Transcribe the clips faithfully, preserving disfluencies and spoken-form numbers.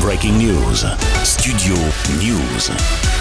Breaking News. Studio News.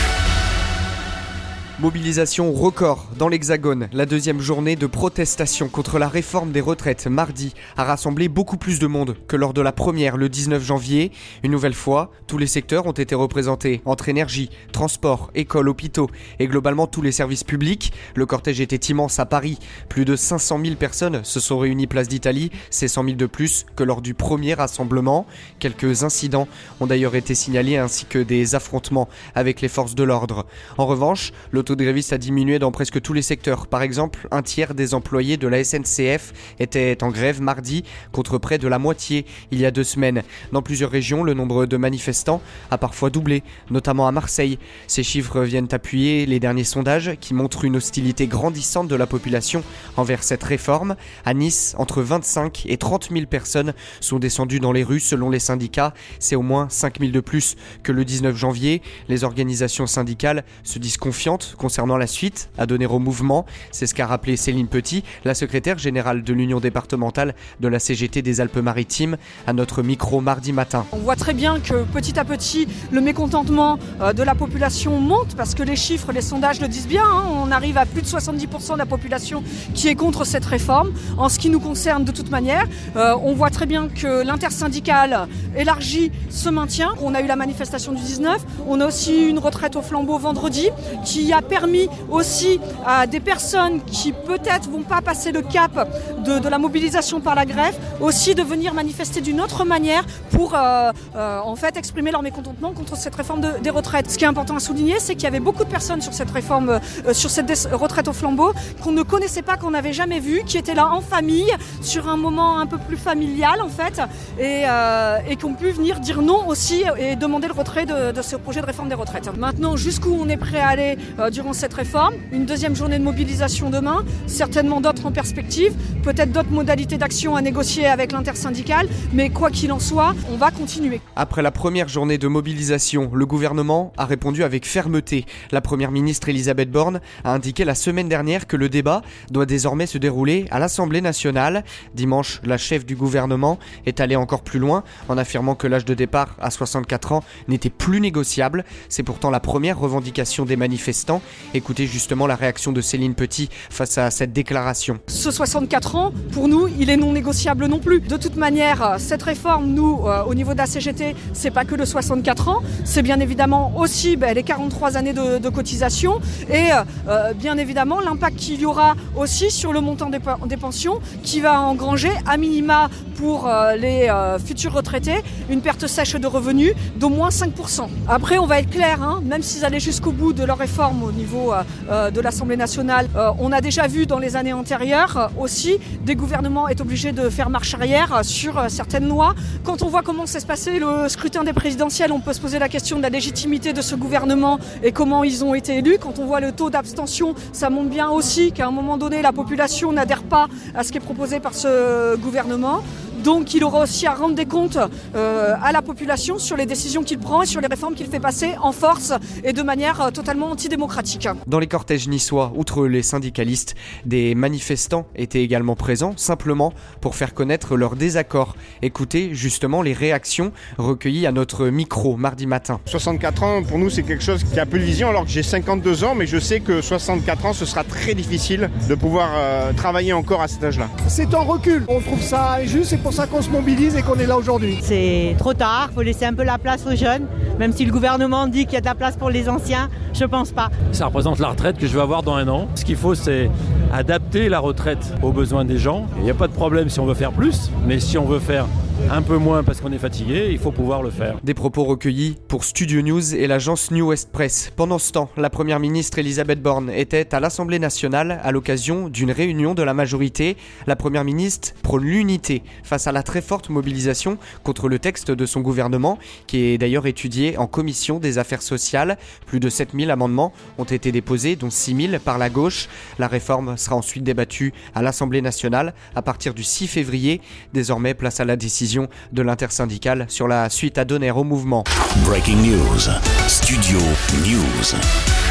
Mobilisation record dans l'Hexagone. La deuxième journée de protestation contre la réforme des retraites mardi a rassemblé beaucoup plus de monde que lors de la première le dix-neuf janvier. Une nouvelle fois, tous les secteurs ont été représentés entre énergie, transport, écoles, hôpitaux et globalement tous les services publics. Le cortège était immense à Paris. Plus de cinq cent mille personnes se sont réunies place d'Italie. C'est cent mille de plus que lors du premier rassemblement. Quelques incidents ont d'ailleurs été signalés ainsi que des affrontements avec les forces de l'ordre. En revanche, l'auto Le taux de grévistes a diminué dans presque tous les secteurs. Par exemple, un tiers des employés de la S N C F étaient en grève mardi, contre près de la moitié il y a deux semaines. Dans plusieurs régions, le nombre de manifestants a parfois doublé, notamment à Marseille. Ces chiffres viennent appuyer les derniers sondages qui montrent une hostilité grandissante de la population envers cette réforme. À Nice, entre vingt-cinq et trente mille personnes sont descendues dans les rues selon les syndicats. C'est au moins cinq mille de plus que le dix-neuf janvier. Les organisations syndicales se disent confiantes concernant la suite à donner au mouvement. C'est ce qu'a rappelé Céline Petit, la secrétaire générale de l'Union départementale de la C G T des Alpes-Maritimes, à notre micro mardi matin. On voit très bien que petit à petit, le mécontentement de la population monte parce que les chiffres, les sondages le disent bien. Hein, on arrive à plus de soixante-dix pour cent de la population qui est contre cette réforme. En ce qui nous concerne de toute manière, euh, on voit très bien que l'intersyndicale élargie se maintient. On a eu la manifestation du dix-neuf, on a aussi une retraite au flambeau vendredi qui a permis aussi à des personnes qui peut-être vont pas passer le cap de, de la mobilisation par la grève, aussi de venir manifester d'une autre manière pour euh, euh, en fait exprimer leur mécontentement contre cette réforme de, des retraites. Ce qui est important à souligner, c'est qu'il y avait beaucoup de personnes sur cette réforme, euh, sur cette des- retraite au flambeau, qu'on ne connaissait pas, qu'on n'avait jamais vu, qui étaient là en famille, sur un moment un peu plus familial en fait, et, euh, et qui ont pu venir dire non aussi et demander le retrait de, de ce projet de réforme des retraites. Maintenant, jusqu'où on est prêt à aller euh, durant cette réforme, une deuxième journée de mobilisation demain, certainement d'autres en perspective, peut-être d'autres modalités d'action à négocier avec l'intersyndicale, mais quoi qu'il en soit, on va continuer. Après la première journée de mobilisation, le gouvernement a répondu avec fermeté. La première ministre Elisabeth Borne a indiqué la semaine dernière que le débat doit désormais se dérouler à l'Assemblée nationale. Dimanche, la chef du gouvernement est allée encore plus loin en affirmant que l'âge de départ à soixante-quatre ans n'était plus négociable. C'est pourtant la première revendication des manifestants. Écoutez justement la réaction de Céline Petit face à cette déclaration. Ce soixante-quatre ans, pour nous, il est non négociable non plus. De toute manière, cette réforme, nous, euh, au niveau de la C G T, c'est pas que le soixante-quatre ans, c'est bien évidemment aussi ben, les quarante-trois années de, de cotisation et euh, bien évidemment l'impact qu'il y aura aussi sur le montant des, des pensions qui va engranger à minima pour euh, les euh, futurs retraités une perte sèche de revenus d'au moins cinq pour cent. Après, on va être clair, hein, même s'ils allaient jusqu'au bout de leur réforme au niveau euh, de l'Assemblée nationale, euh, on a déjà vu dans les années antérieures euh, aussi des gouvernements être obligés de faire marche arrière sur euh, certaines lois. Quand on voit comment s'est passé le scrutin des présidentielles, on peut se poser la question de la légitimité de ce gouvernement et comment ils ont été élus. Quand on voit le taux d'abstention, ça montre bien aussi qu'à un moment donné, la population n'adhère pas à ce qui est proposé par ce gouvernement. Donc il aura aussi à rendre des comptes euh, à la population sur les décisions qu'il prend et sur les réformes qu'il fait passer en force et de manière euh, totalement antidémocratique. Dans les cortèges niçois, outre les syndicalistes, des manifestants étaient également présents, simplement pour faire connaître leur désaccord. Écoutez justement les réactions recueillies à notre micro mardi matin. soixante-quatre ans, pour nous, c'est quelque chose qui a peu de vision, alors que j'ai cinquante-deux ans, mais je sais que soixante-quatre ans, ce sera très difficile de pouvoir euh, travailler encore à cet âge-là. C'est en recul, on trouve ça injuste, c'est pour C'est pour ça qu'on se mobilise et qu'on est là aujourd'hui. C'est trop tard, il faut laisser un peu la place aux jeunes, même si le gouvernement dit qu'il y a de la place pour les anciens, je pense pas. Ça représente la retraite que je vais avoir dans un an. Ce qu'il faut, c'est adapter la retraite aux besoins des gens. Il n'y a pas de problème si on veut faire plus, mais si on veut faire un peu moins parce qu'on est fatigué, il faut pouvoir le faire. Des propos recueillis pour Studio News et l'agence New West Press. Pendant ce temps, la première ministre Elisabeth Borne était à l'Assemblée nationale à l'occasion d'une réunion de la majorité. La première ministre prône l'unité face à la très forte mobilisation contre le texte de son gouvernement, qui est d'ailleurs étudié en commission des affaires sociales. Plus de sept mille amendements ont été déposés, dont six mille par la gauche. La réforme sera ensuite débattue à l'Assemblée nationale à partir du six février. Désormais, place à la décision de l'intersyndicale sur la suite à donner au mouvement. Breaking News. Studio News.